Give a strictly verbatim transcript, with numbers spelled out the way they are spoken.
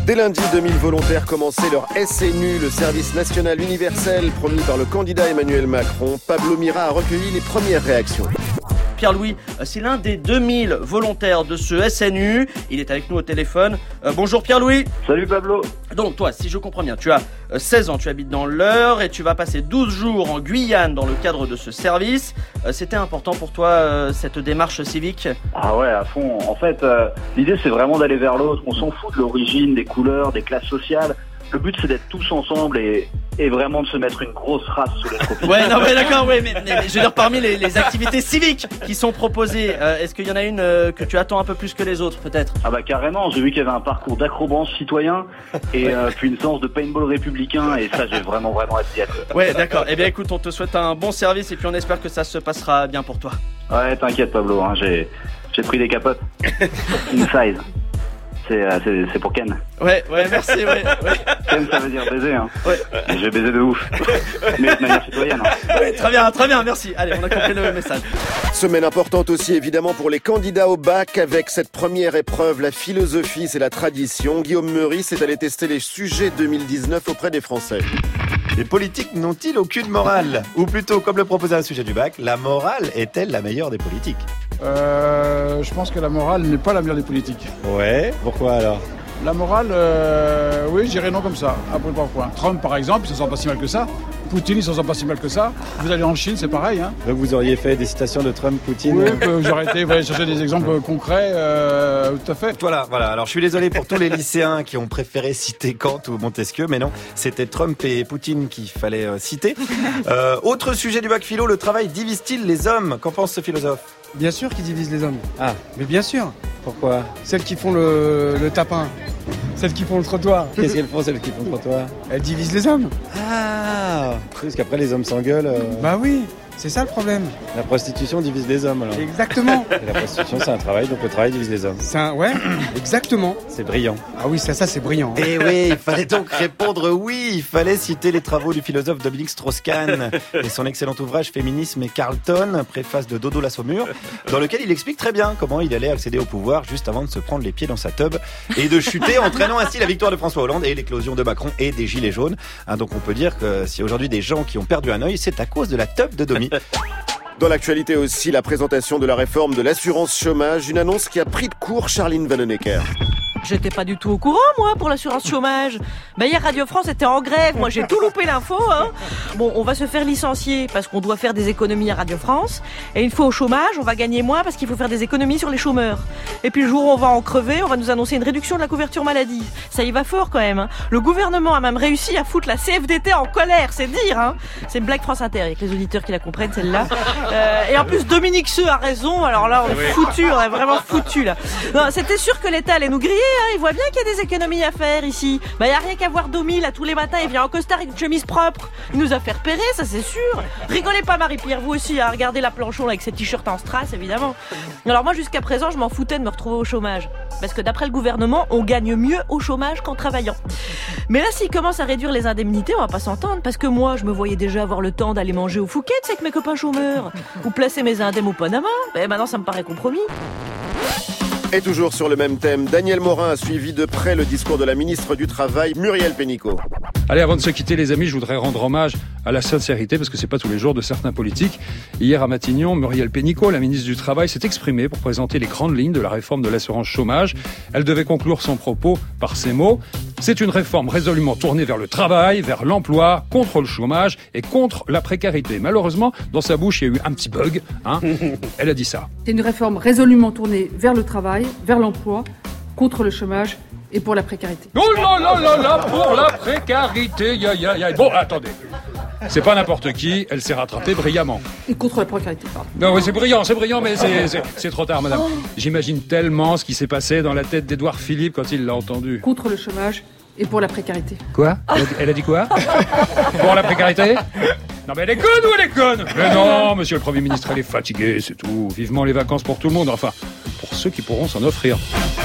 Dès lundi, deux mille volontaires commençaient leur S N U, le service national universel promis par le candidat Emmanuel Macron. Pablo Mira a recueilli les premières réactions. Pierre-Louis, c'est l'un des deux mille volontaires de ce S N U. Il est avec nous au téléphone. Euh, bonjour Pierre-Louis. Salut Pablo. Donc toi, si je comprends bien, tu as seize ans, tu habites dans l'Eure et tu vas passer douze jours en Guyane dans le cadre de ce service. Euh, c'était important pour toi, euh, cette démarche civique ? Ah ouais, à fond. En fait, euh, l'idée c'est vraiment d'aller vers l'autre. On s'en fout de l'origine, des couleurs, des classes sociales. Le but c'est d'être tous ensemble et, et vraiment de se mettre une grosse race sous les tropiques. Ouais, non, mais d'accord, ouais, mais, mais, mais je veux dire, parmi les, les activités civiques qui sont proposées, euh, est-ce qu'il y en a une euh, que tu attends un peu plus que les autres, peut-être ? Ah bah carrément, j'ai vu qu'il y avait un parcours d'acrobranche citoyen et euh, puis une séance de paintball républicain et ça j'ai vraiment vraiment hâte d'y être. Ouais, d'accord. Eh bien écoute, on te souhaite un bon service et puis on espère que ça se passera bien pour toi. Ouais, t'inquiète Pablo, hein, j'ai, j'ai pris des capotes. Inside. C'est, euh, c'est, c'est pour Ken. Ouais, ouais, merci, ouais, ouais. Ken, ça veut dire baiser, hein. Ouais. Et je vais baiser de ouf. Mais de manière citoyenne, hein. Ouais, très bien, très bien, merci. Allez, on a compris le message. Semaine importante aussi évidemment pour les candidats au bac avec cette première épreuve, la philosophie, c'est la tradition. Guillaume Meurice est allé tester les sujets deux mille dix-neuf auprès des Français. Les politiques n'ont-ils aucune morale ? Ou plutôt, comme le proposait un sujet du bac, la morale est-elle la meilleure des politiques ? Euh, je pense que la morale n'est pas la meilleure des politiques. Ouais, pourquoi alors ? La morale, euh, oui, je dirais non comme ça, après pas point. Trump, par exemple, il s'en sort pas si mal que ça. Poutine, il s'en sort pas si mal que ça. Vous allez en Chine, c'est pareil. Hein. Donc vous auriez fait des citations de Trump, Poutine ? Oui, euh, j'aurais été, vous allez chercher des exemples concrets, euh, tout à fait. Voilà, voilà. Alors je suis désolé pour tous les lycéens qui ont préféré citer Kant ou Montesquieu, mais non, c'était Trump et Poutine qu'il fallait euh, citer. Euh, autre sujet du bac philo, le travail divise-t-il les hommes ? Qu'en pense ce philosophe ? Bien sûr qu'ils divisent les hommes. Ah, mais bien sûr. Pourquoi ? Celles qui font le, le tapin, celles qui font le trottoir. Qu'est-ce qu'elles font, celles qui font le trottoir ? Elles divisent les hommes. Ah, parce qu'après les hommes s'engueulent. Euh... Bah oui, c'est ça le problème. La prostitution divise les hommes alors. Exactement. Et la prostitution c'est un travail, donc le travail divise les hommes. C'est un... Ouais, exactement. C'est brillant. Ah oui, ça, ça c'est brillant. Hein. Et oui, il fallait donc répondre oui. Il fallait citer les travaux du philosophe Dominique Strauss-Kahn et son excellent ouvrage Féminisme et Carlton, préface de Dodo la Saumure, dans lequel il explique très bien comment il allait accéder au pouvoir juste avant de se prendre les pieds dans sa teub et de chuter, entraînant ainsi la victoire de François Hollande et l'éclosion de Macron et des Gilets jaunes. Hein, donc on peut dire que si aujourd'hui des gens qui ont perdu un œil, c'est à cause de la teub de Domi. Dans l'actualité aussi, la présentation de la réforme de l'assurance chômage, une annonce qui a pris de court Charline Vanhoenacker. J'étais pas du tout au courant, moi, pour l'assurance chômage. Bah, hier, Radio France était en grève. Moi, j'ai tout loupé l'info, hein. Bon, on va se faire licencier parce qu'on doit faire des économies à Radio France. Et une fois au chômage, on va gagner moins parce qu'il faut faire des économies sur les chômeurs. Et puis, le jour où on va en crever, on va nous annoncer une réduction de la couverture maladie. Ça y va fort, quand même, hein. Le gouvernement a même réussi à foutre la C F D T en colère, c'est dire, hein. C'est une blague France Inter, avec les auditeurs qui la comprennent, celle-là. Euh, et en plus, Dominique Seux a raison. Alors là, on est foutu, on est vraiment foutu, là. Non, c'était sûr que l'État allait nous griller, hein. Il voit bien qu'il y a des économies à faire ici. Bah, y a rien qu'à voir Domi, là, tous les matins, il vient en costard avec une chemise propre. Il nous a fait repérer, ça c'est sûr. Rigolez pas, Marie-Pierre, vous aussi, à regarder la planchon là, avec ses t-shirts en strass, évidemment. Alors moi, jusqu'à présent, je m'en foutais de me retrouver au chômage. Parce que d'après le gouvernement, on gagne mieux au chômage qu'en travaillant. Mais là, s'il commence à réduire les indemnités, on va pas s'entendre. Parce que moi, je me voyais déjà avoir le temps d'aller manger au Fouquet, avec mes copains chômeurs. Ou placer mes indemnes au Panama. Et maintenant, ça me paraît compromis. Et toujours sur le même thème, Daniel Morin a suivi de près le discours de la ministre du Travail, Muriel Pénicaud. Allez, avant de se quitter, les amis, je voudrais rendre hommage à la sincérité, parce que c'est pas tous les jours, de certains politiques. Hier à Matignon, Muriel Pénicaud, la ministre du Travail, s'est exprimée pour présenter les grandes lignes de la réforme de l'assurance chômage. Elle devait conclure son propos par ces mots. C'est une réforme résolument tournée vers le travail, vers l'emploi, contre le chômage et contre la précarité. Malheureusement, dans sa bouche, il y a eu un petit bug. Hein. Elle a dit ça. C'est une réforme résolument tournée vers le travail, vers l'emploi, contre le chômage et pour la précarité. Oh là là là là, pour la précarité, ya ya ya. Bon, attendez. C'est pas n'importe qui, elle s'est rattrapée brillamment. Et contre la précarité, pardon. Non, oui, c'est brillant, c'est brillant, mais c'est, c'est, c'est trop tard, madame. J'imagine tellement ce qui s'est passé dans la tête d'Édouard Philippe quand il l'a entendu. Contre le chômage et pour la précarité. Quoi ? Elle a, elle a dit quoi ? Pour la précarité ? Non mais elle est conne ou elle est conne ? Mais non, monsieur le Premier ministre, elle est fatiguée, c'est tout. Vivement les vacances pour tout le monde, enfin, pour ceux qui pourront s'en offrir.